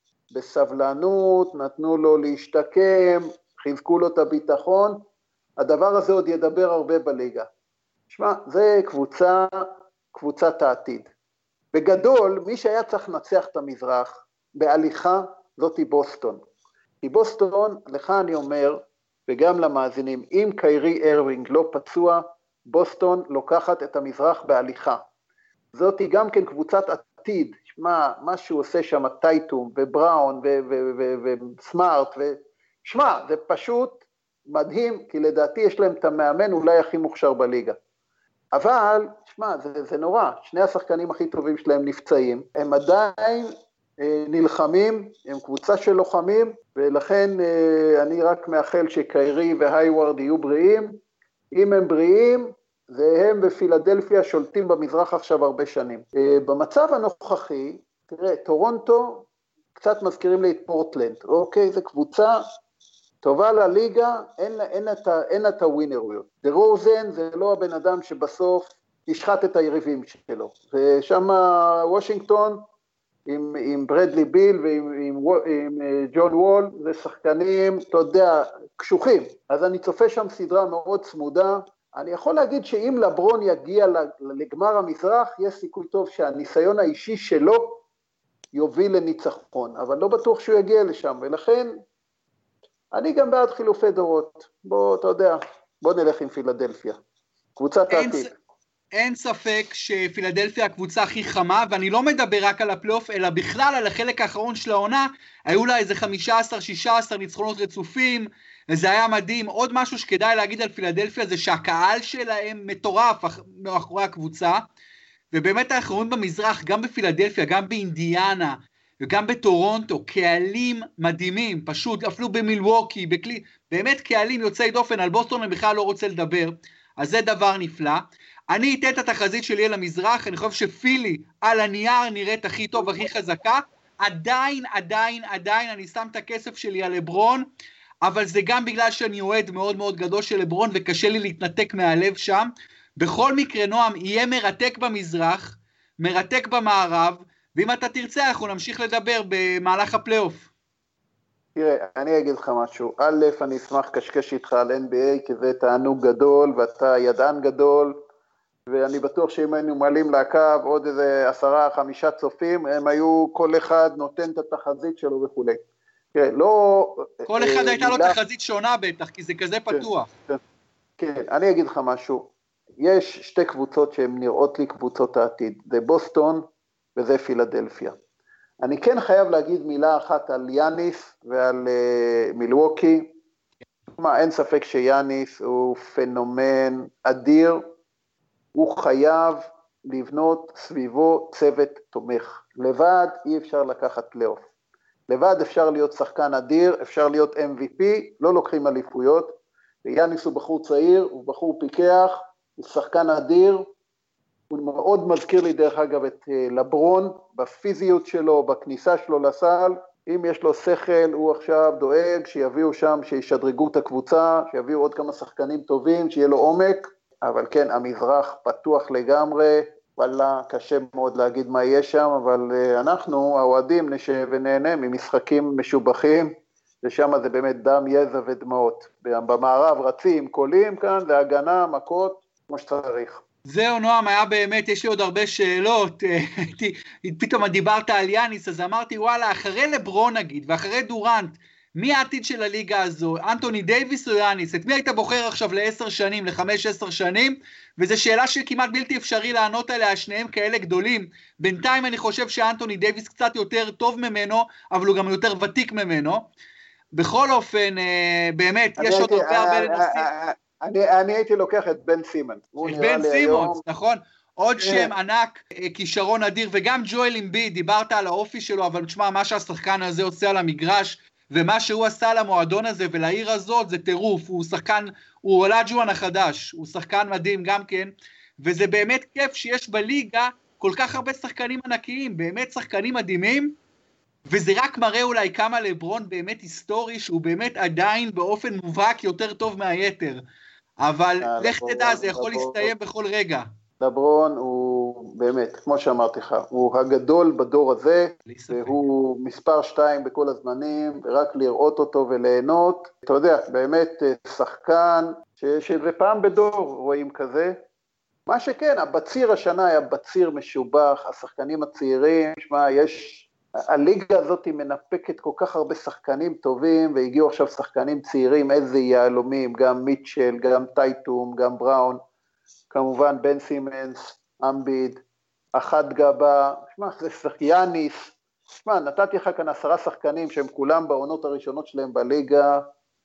בסבלנות, נתנו לו להשתקם, חיזקו לו את הביטחון, הדבר הזה עוד ידבר הרבה בליגה. תשמע, זה קבוצה, קבוצת העתיד. בגדול, מי שהיה צריך לנצח את המזרח, בהליכה, זאת היא בוסטון. כי בוסטון, לך אני אומר, וגם למאזינים, אם קיירי ארווינג לא פצוע, בוסטון לוקחת את המזרח בהליכה. זאת היא גם כן קבוצת עתיד, שמה, מה שהוא עושה שם, טייטום ובראון וסמארט, ושמע, זה פשוט מדהים, כי לדעתי יש להם את המאמן אולי הכי מוכשר בליגה. אבל, שמע, זה, זה נורא, שני השחקנים הכי טובים שלהם נפצעים, הם עדיין אה, נלחמים, הם קבוצה של לוחמים, ולכן אה, אני רק מאחל שקיירי והיוורד יהיו בריאים, אם הם בריאים, והם בפילדלפיה שולטים במזרח עכשיו הרבה שנים. אה, במצב הנוכחי, תראה, טורונטו קצת מזכירים לי את פורטלנד, אוקיי, זו קבוצה טובה לליגה, אין, אין, את, אין את הווינריות. דרוזן זה לא הבן אדם שבסוף ישחט את היריבים שלו. ושם וושינגטון עם, עם ברדלי ביל ועם עם, עם ג'ון וול, זה שחקנים, אתה יודע, קשוחים. אז אני צופה שם סדרה מאוד צמודה. אני יכול להגיד שאם לברון יגיע לגמר המזרח, יש סיכוי טוב שהניסיון האישי שלו יוביל לניצחון, אבל לא בטוח שהוא יגיע לשם, ולכן אני גם בעד חילופי דורות. בוא, אתה יודע, בוא נלך עם פילדלפיה. קבוצת העתיד.
אין ספק שפילדלפיה הקבוצה הכי חמה, ואני לא מדבר רק על הפלייאוף, אלא בכלל על החלק האחרון של העונה, היו לה איזה חמישה עשר שישה עשר ניצחונות רצופים, וזה היה מדהים. עוד משהו שכדאי להגיד על פילדלפיה, זה שהקהל שלהם מטורף מאחורי הקבוצה, ובאמת אנחנו רואים במזרח, גם בפילדלפיה, גם באינדיאנה, וגם בטורונטו, קהלים מדהימים, פשוט, אפילו במילווקי, בקלי, באמת קהלים יוצאי דופן, על בוסטון אני בכלל לא רוצה לדבר, אז זה דבר נפלא. אני אתן את התחזית שלי על המזרח, אני חושב שפילי על הנייר נראית הכי טוב, הכי חזקה, עדיין, עדיין, עדיין, אני שם את הכסף שלי על לברון, אבל זה גם בגלל שאני אוהד מאוד מאוד גדול של לברון, וקשה לי להתנתק מהלב שם. בכל מקרה, נועם, יהיה מרתק במזרח, מרתק במערב, ואם אתה תרצה, אנחנו נמשיך לדבר במהלך הפלייאוף.
תראה, אני אגיד לך משהו. א', אני אשמח קשקש איתך על אן בי איי, כי זה תענוג גדול, ואתה ידען גדול, ואני בטוח שאם היינו מעלים לקו עוד איזה עשרה, חמישה צופים, הם היו, כל אחד נותן את התחזית שלו וכו'. תראה, לא...
כל אחד אה, הייתה מילה... לו תחזית שונה בטח, כי זה כזה פתוח.
כן, כן, כן, אני אגיד לך משהו. יש שתי קבוצות שהן נראות לי קבוצות העתיד. זה בוסטון וזה פילדלפיה. אני כן חייב להגיד מילה אחת על יאניס ועל uh, מילווקי. מה, אין ספק שיאניס הוא פנומן אדיר, הוא חייב לבנות סביבו צוות תומך. לבד אי אפשר לקחת פלייאוף. לבד אפשר להיות שחקן אדיר, אפשר להיות אם וי פי, לא לוקחים אליפויות. יאניס הוא בחור צעיר, הוא בחור פיקח, הוא שחקן אדיר, הוא מאוד מזכיר לי דרך אגב את לברון, בפיזיות שלו, בכניסה שלו לסל, אם יש לו שכל, הוא עכשיו דואג שיביאו שם, שישדרגו את הקבוצה, שיביאו עוד כמה שחקנים טובים, שיהיה לו עומק, אבל כן, המזרח פתוח לגמרי, וואלה, קשה מאוד להגיד מה יהיה שם, אבל אנחנו, האוהדים, נשב ונהנה ממשחקים משובחים, ושם זה באמת דם, יזע ודמעות. במערב רצים, קולים כאן, זה הגנה, מכות, כמו שצריך.
זהו נועם, היה באמת, יש לי עוד הרבה שאלות, פתאום דיברת על יאניס, אז אמרתי וואלה, אחרי לברון נגיד, ואחרי דורנט, מי העתיד של הליגה הזו, אנטוני דייביס או יאניס, את מי היית בוחר עכשיו לעשר שנים, לחמש עשר שנים, וזו שאלה שכמעט בלתי אפשרי לענות עליה, שניהם כאלה גדולים, בינתיים אני חושב שאנטוני דייביס קצת יותר טוב ממנו, אבל הוא גם יותר ותיק ממנו, בכל אופן, באמת, יש עוד הרבה הרבה לנושאים,
אני, אני הייתי לוקח את בן סימונס.
את בן סימונס, נכון. עוד שם ענק, כישרון אדיר, וגם ג'ואל אמביד, דיברת על האופי שלו, אבל תשמע, מה שהשחקן הזה עושה על המגרש, ומה שהוא עשה למועדון הזה ולעיר הזאת, זה טירוף, הוא שחקן, הוא אולג'ואן החדש, הוא שחקן מדהים גם כן, וזה באמת כיף שיש בליגה כל כך הרבה שחקנים ענקיים, באמת שחקנים מדהימים, וזה רק מראה אולי כמה לברון באמת היסטורי, שהוא באמת עדיין באופן מובהק יותר טוב מהיתר, אבל לך תדע, זה יכול להסתיים בכל רגע.
לברון הוא באמת, כמו שאמרתי לך, הוא הגדול בדור הזה, והוא מספר שתיים בכל הזמנים, ורק לראות אותו וליהנות. אתה יודע, באמת שחקן, שזה פעם בדור רואים כזה. מה שכן, הבציר השנה היה בציר משובח, השחקנים הצעירים, שמה, יש... הליגה הזאת היא מנפקת כל כך הרבה שחקנים טובים, והגיעו עכשיו שחקנים צעירים, איזה יעלומים, גם מיטשל, גם טייטום, גם בראון, כמובן בן סימנס, אמביד, אחד גבה, שמה, זה שחייניס, שמה, נתתי לך כאן עשרה שחקנים שהם כולם בעונות הראשונות שלהם בליגה,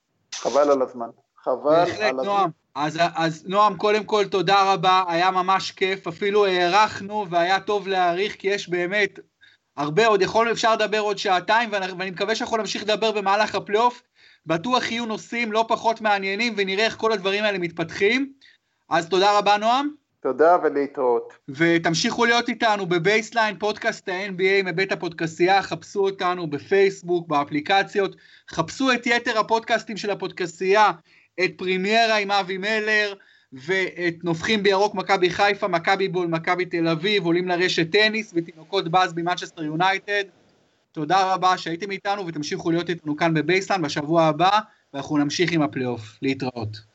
חבל על הזמן, חבל
בהחלט,
על
נועם. הזמן. אז, אז נועם, קודם כל תודה רבה, היה ממש כיף, אפילו הערכנו והיה טוב להעריך, כי יש באמת הרבה עוד, יכול, אפשר לדבר עוד שעתיים, ואני, ואני מקווה שאנחנו נמשיך לדבר במהלך הפלייאוף, בטוח יהיו נושאים לא פחות מעניינים, ונראה איך כל הדברים האלה מתפתחים, אז תודה רבה נועם.
תודה ולהתראות.
ותמשיכו להיות איתנו בבייסליין, פודקאסט ה-אן בי איי מבית הפודקאסייה, חפשו אותנו בפייסבוק, באפליקציות, חפשו את יתר הפודקאסטים של הפודקאסייה, את פרימיירה עם אבי מלר, ואת נופחים בירוק מכבי חיפה, מכבי בול, מכבי תל אביב, עולים לרשת טניס ותינוקות באז במנצ'סטר יונייטד. תודה רבה שהייתם איתנו ותמשיכו להיות איתנו כאן בבייסליין בשבוע הבא, ואנחנו נמשיך עם הפלייאוף. להתראות.